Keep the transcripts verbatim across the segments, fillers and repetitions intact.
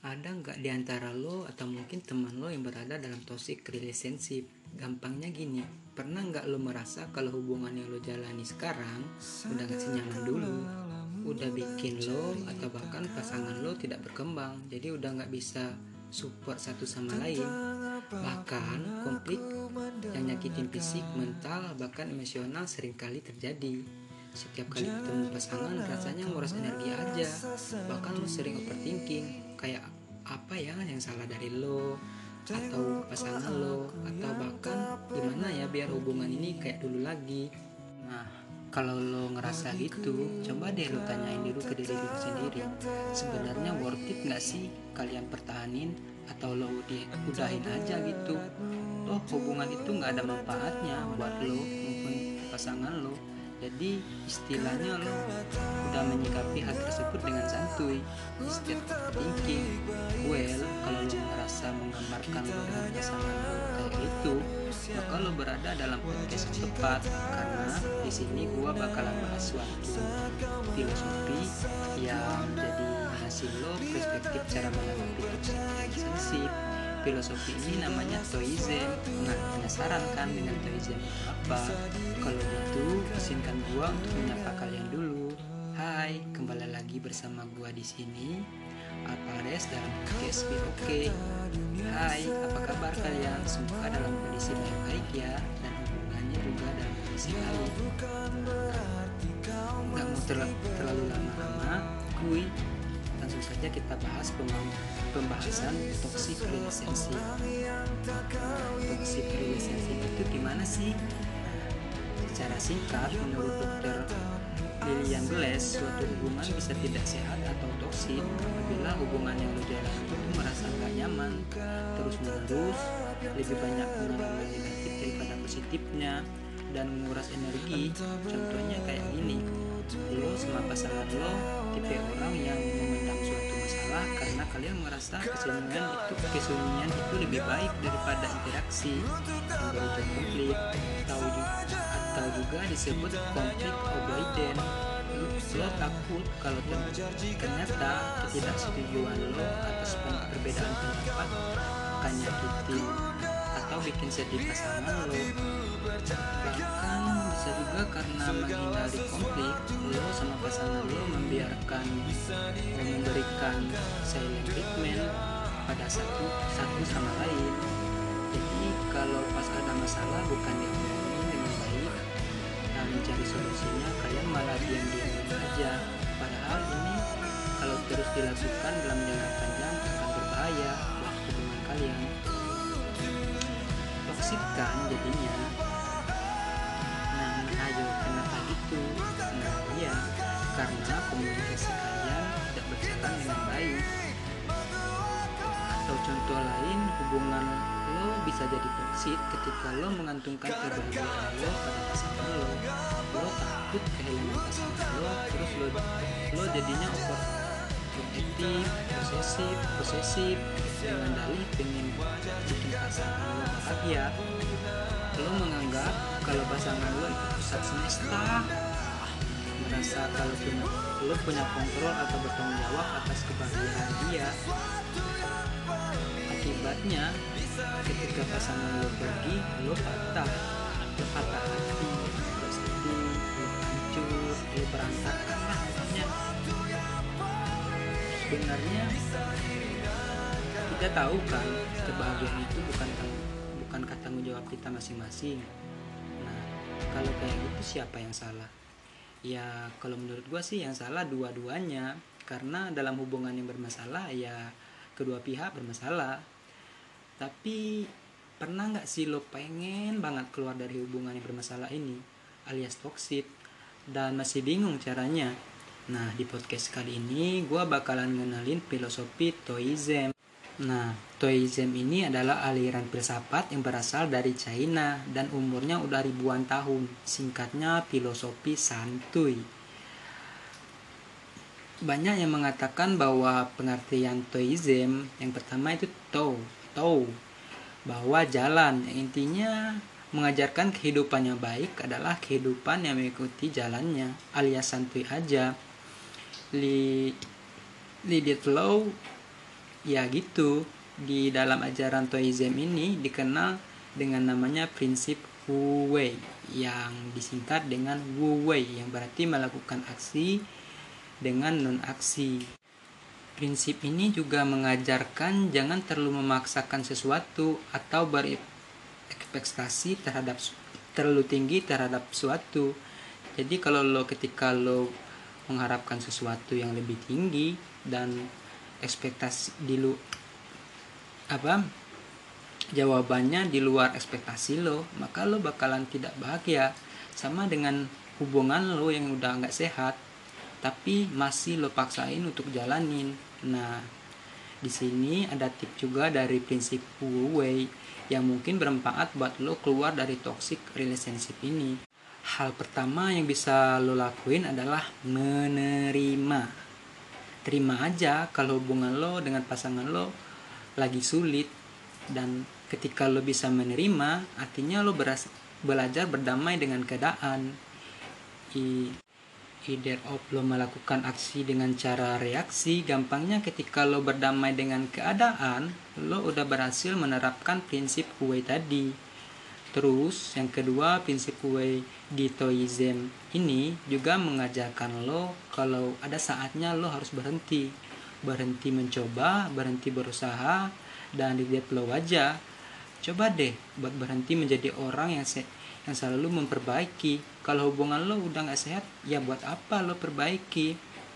Ada nggak di antara lo atau mungkin teman lo yang berada dalam toxic relationship? Gampangnya gini, pernah nggak lo merasa kalau hubungan yang lo jalani sekarang udah gak senyaman dulu? Udah bikin lo atau bahkan pasangan lo tidak berkembang, jadi udah nggak bisa support satu sama lain. Bahkan konflik yang nyakitin fisik, mental, bahkan emosional seringkali terjadi. Setiap kali ketemu pasangan rasanya nguras energi aja. Bahkan lo sering overthinking, kayak apa ya yang salah dari lo atau pasangan lo, atau bahkan gimana ya biar hubungan ini kayak dulu lagi. Nah, kalau lo ngerasa gitu, coba deh lo tanyain dulu ke diri lo sendiri, sebenarnya worth it gak sih kalian pertahanin, atau lo udahin aja gitu. Toh hubungan itu gak ada manfaatnya buat lo maupun pasangan lo. Jadi istilahnya lo udah menyikapi hal tersebut dengan santuy, instead of thinking. Well, kalau lo merasa menggambarkan lo dengan pasangan lo kayak gitu, maka lo berada dalam podcast yang tepat, karena di sini gua bakalan bahas suatu filosofi yang jadi ngasih lo perspektif cara menanggapi toxic relationship. Filosofi ini namanya Stoicism. Nah, penasaran kan dengan Stoicism itu apa? Kalau gitu, izinkan gua untuk menyapa kalian dulu. Hai, kembali lagi bersama gua di sini, Alpares dalam podcast Be Oke. Hai, apa kabar kalian? Semoga dalam kondisi baik-baik ya, dan hubungannya juga dalam kondisi baik. Gak mau terlalu, terlalu lama-lama, gue langsung saja kita bahas pembahasan toxic relationship. Toxic relationship itu gimana sih? Secara singkat, menurut dokter Lilian Glass, suatu hubungan bisa tidak sehat atau toksik apabila hubungan yang lo jalani itu merasa gak nyaman, terus menerus, lebih banyak pengalaman negatif daripada positifnya, dan menguras energi. Contohnya kayak gini, lo sama pasangan lo tipe orang yang memendam suatu masalah karena kalian merasa kesunyian itu kesunyian itu lebih baik daripada interaksi yang berujung konflik, atau juga, atau juga disebut konflik avoidant. Lo takut kalau ternyata ketidaksetujuan lo atas perbedaan pendapat akan nyakitin atau bikin sedih pasangan lo. Bahkan bisa juga karena menghindari konflik, lo sama pasangan lo membiarkan memberikan silent treatment pada satu satu sama lain. Jadi kalau pas ada masalah bukan diomongin dengan baik dan mencari solusinya, kalian malah diam-diam aja. Padahal ini kalau terus dilakukan dalam jangka panjang akan berbahaya buat hubungan kalian. Toksik kan jadinya. Nah, ayo kenapa gitu? Nah, iya, karena komunikasi kalian tidak berjalan dengan baik. Atau contoh lain, hubungan lo bisa jadi toksik ketika lo mengantungkan kebahagiaan lo pada pasangan lo. Lo takut kehilangan pasangan lo, terus lo lo jadinya overprotective, posesif, posesif dengan dalih pengen bikin pasangan lo bahagia. Lo menganggap kalau pasangan lo itu pusat semesta, merasa kalau punya, lo punya kontrol atau bertanggung jawab atas kebahagiaan dia. Akibatnya, ketika pasangan lo pergi, lo patah, lo patah hati, lo sedih, lo hancur, lo berantakan lah pokoknya. Sebenarnya kita tahu kan, kebahagiaan itu bukan bukan tanggung jawab kita masing-masing. Nah, kalau kayak gitu siapa yang salah? Ya, kalau menurut gue sih yang salah dua-duanya, karena dalam hubungan yang bermasalah ya kedua pihak bermasalah. Tapi pernah gak sih lo pengen banget keluar dari hubungan yang bermasalah ini, alias toksik, dan masih bingung caranya? Nah, di podcast kali ini gue bakalan ngenalin filosofi Stoicism. Nah, Stoicism ini adalah aliran filsafat yang berasal dari China dan umurnya udah ribuan tahun. Singkatnya filosofi santuy. Banyak yang mengatakan bahwa pengertian Stoicism yang pertama itu Tao, Tao, bahwa jalan, yang intinya mengajarkan kehidupan yang baik adalah kehidupan yang mengikuti jalannya, alias santuy aja. Li, lead it flow, Ya gitu, di dalam ajaran Taoism ini dikenal dengan namanya prinsip Wu Wei yang disingkat dengan Wu Wei, yang berarti melakukan aksi dengan non-aksi. Prinsip ini juga mengajarkan jangan terlalu memaksakan sesuatu atau berekspektasi terhadap terlalu tinggi terhadap sesuatu. Jadi kalau lo ketika lo mengharapkan sesuatu yang lebih tinggi dan ekspektasi di lu apa jawabannya di luar ekspektasi lo, maka lo bakalan tidak bahagia. Sama dengan hubungan lo yang udah nggak sehat tapi masih lo paksain untuk jalanin. Nah, di sini ada tips juga dari prinsip Wu Wei yang mungkin bermanfaat buat lo keluar dari toxic relationship ini. Hal pertama yang bisa lo lakuin adalah menerima. Terima aja kalau hubungan lo dengan pasangan lo lagi sulit, dan ketika lo bisa menerima, artinya lo beras, belajar berdamai dengan keadaan. I, either of lo melakukan aksi dengan cara reaksi, gampangnya ketika lo berdamai dengan keadaan, lo udah berhasil menerapkan prinsip Wu Wei tadi. Terus yang kedua, prinsip Wu Wei di Taoism ini juga mengajarkan lo kalau ada saatnya lo harus berhenti. Berhenti mencoba, berhenti berusaha, dan dilihat lo aja. Coba deh buat berhenti menjadi orang yang se- yang selalu memperbaiki. Kalau hubungan lo udah gak sehat, ya buat apa lo perbaiki?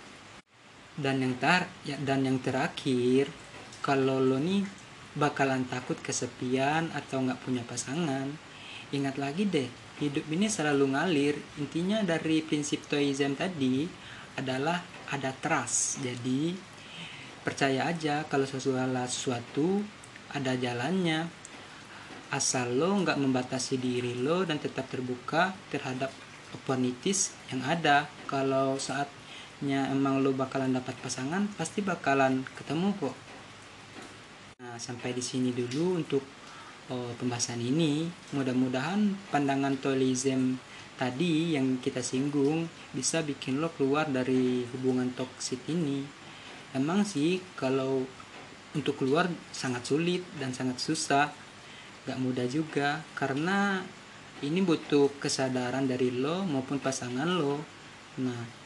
Dan yang tar ya, dan yang terakhir, kalau lo nih bakalan takut kesepian atau gak punya pasangan, ingat lagi deh, hidup ini selalu ngalir. Intinya dari prinsip Taoism tadi adalah ada trust. Jadi percaya aja kalau sesuatu ada jalannya, asal lo nggak membatasi diri lo dan tetap terbuka terhadap opportunities yang ada. Kalau saatnya emang lo bakalan dapat pasangan, pasti bakalan ketemu kok. Nah, sampai di sini dulu untuk oh, pembahasan ini. Mudah-mudahan pandangan Taoism tadi yang kita singgung bisa bikin lo keluar dari hubungan toksik ini. Emang sih kalau untuk keluar sangat sulit dan sangat susah, gak mudah juga, karena ini butuh kesadaran dari lo maupun pasangan lo. Nah,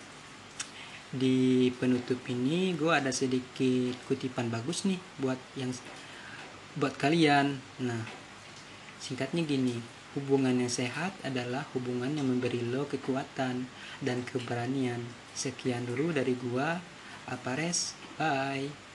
di penutup ini gue ada sedikit kutipan bagus nih buat yang buat kalian. Nah, singkatnya gini, hubungan yang sehat adalah hubungan yang memberi lo kekuatan dan keberanian. Sekian dulu dari gua, Apares, bye.